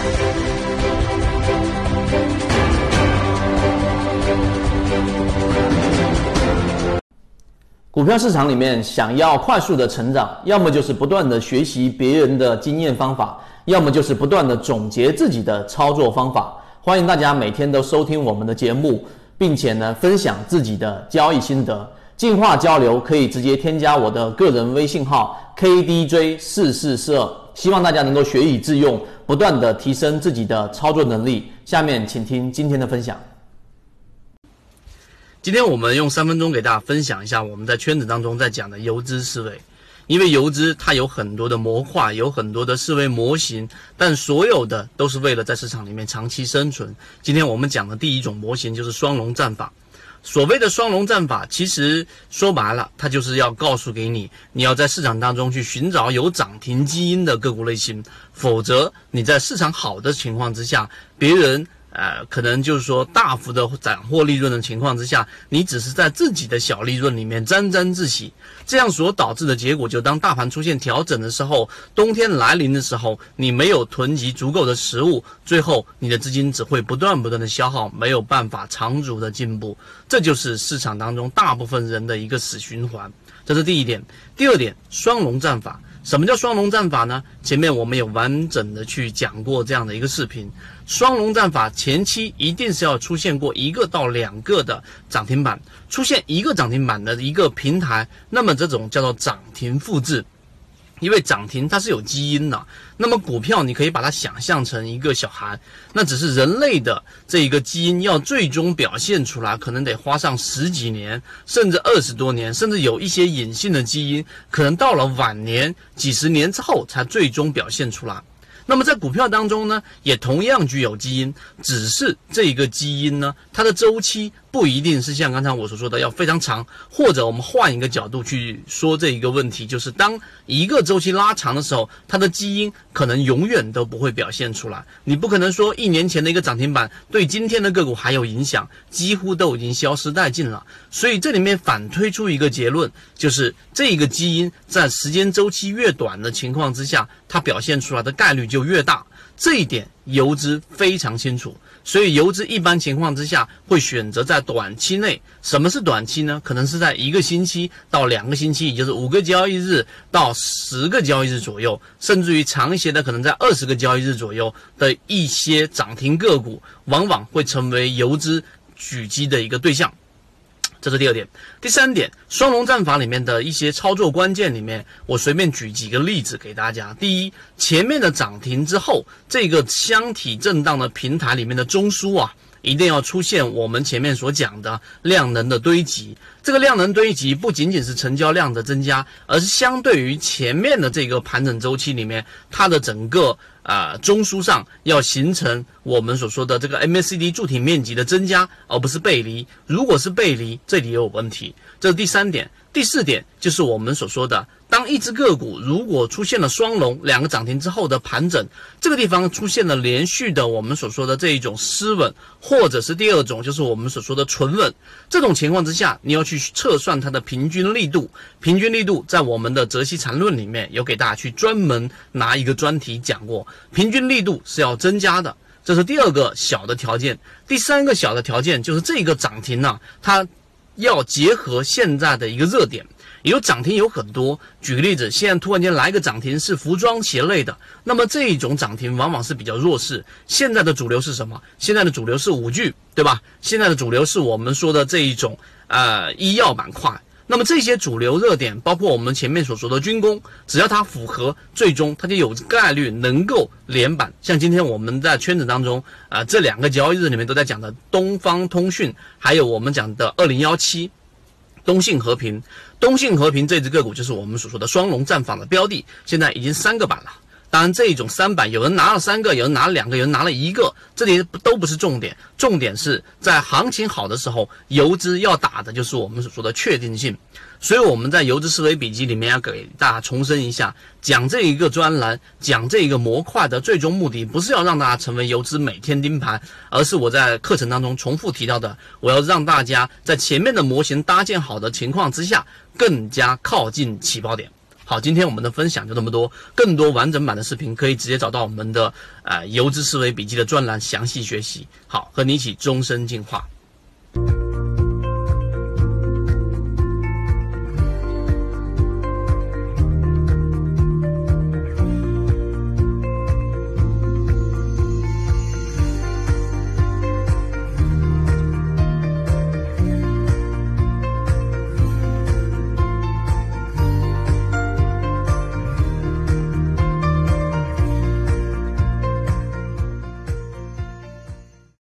股票市场里面想要快速的成长，要么就是不断的学习别人的经验方法，要么就是不断的总结自己的操作方法。欢迎大家每天都收听我们的节目，并且呢分享自己的交易心得。进化交流可以直接添加我的个人微信号 KDJ4442，希望大家能够学以致用，不断的提升自己的操作能力。下面请听今天的分享。 今天我们用3分钟给大家分享一下我们在圈子当中在讲的游资思维。因为游资它有很多的模块，有很多的思维模型，但所有的都是为了在市场里面长期生存。今天我们讲的第一种模型就是双龙战法。所谓的双龙战法，其实说白了，它就是要告诉给你，你要在市场当中去寻找有涨停基因的个股类型，否则你在市场好的情况之下，别人可能就是说大幅的斩获利润的情况之下，你只是在自己的小利润里面沾沾自喜，这样所导致的结果，就当大盘出现调整的时候，冬天来临的时候，你没有囤积足够的食物，最后你的资金只会不断的消耗，没有办法长足的进步，这就是市场当中大部分人的一个死循环。这是第一点。第二点，双龙战法。什么叫双龙战法呢？前面我们有完整的去讲过这样的一个视频。双龙战法前期一定是要出现过1个到2个的涨停板，出现1个涨停板的一个平台，那么这种叫做涨停复制。因为涨停它是有基因的，那么股票你可以把它想象成一个小孩，那只是人类的这一个基因要最终表现出来，可能得花上10几年，甚至20多年，甚至有一些隐性的基因，可能到了晚年几十年之后才最终表现出来。那么在股票当中呢，也同样具有基因，只是这一个基因呢，它的周期不一定是像刚才我所说的要非常长，或者我们换一个角度去说这一个问题，就是当一个周期拉长的时候，它的基因可能永远都不会表现出来。你不可能说1年前的一个涨停板对今天的个股还有影响，几乎都已经消失殆尽了。所以这里面反推出一个结论，就是这个基因在时间周期越短的情况之下，它表现出来的概率就越大。这一点游资非常清楚，所以游资一般情况之下会选择在短期内。什么是短期呢？可能是在1个星期到2个星期，也就是5个交易日到10个交易日左右，甚至于长一些的可能在20个交易日左右的一些涨停个股，往往会成为游资狙击的一个对象。这是第二点。第三点，双龙战法里面的一些操作关键里面，我随便举几个例子给大家。第一，前面的涨停之后，这个箱体震荡的平台里面的中枢啊，一定要出现我们前面所讲的量能的堆积。这个量能堆积不仅仅是成交量的增加，而是相对于前面的这个盘整周期里面，它的整个中枢上要形成我们所说的这个 MACD 柱体面积的增加，而不是背离。如果是背离，这里也有问题。这是第三点。第四点就是我们所说的，当一只个股如果出现了双龙2个涨停之后的盘整，这个地方出现了连续的我们所说的这一种失稳，或者是第二种就是我们所说的纯稳，这种情况之下，你要去测算它的平均力度。平均力度在我们的泽西禅论里面有给大家去专门拿一个专题讲过，平均力度是要增加的，这是第2个小的条件。第3个小的条件就是这个涨停啊，它要结合现在的一个热点，也有涨停有很多。举个例子，现在突然间来一个涨停是服装鞋类的，那么这一种涨停往往是比较弱势。现在的主流是什么？现在的主流是5G，对吧？现在的主流是我们说的这一种医药板块。那么这些主流热点，包括我们前面所说的军工，只要它符合，最终它就有概率能够连板。像今天我们在圈子当中这2个交易日里面都在讲的东方通讯，还有我们讲的2017东信和平。东信和平这只个股就是我们所说的双龙战法的标的，现在已经3个板了。当然这一种3板，有人拿了3个，有人拿了2个，有人拿了1个，这里都不是重点，重点是在行情好的时候，游资要打的就是我们所说的确定性。所以我们在游资思维笔记里面要给大家重申一下，讲这一个专栏，讲这一个模块的最终目的，不是要让大家成为游资每天盯盘，而是我在课程当中重复提到的，我要让大家在前面的模型搭建好的情况之下，更加靠近起跑点。 好，今天我们的分享就这么多，更多完整版的视频可以直接找到我们的游资思维笔记的专栏详细学习。好，和你一起终身进化。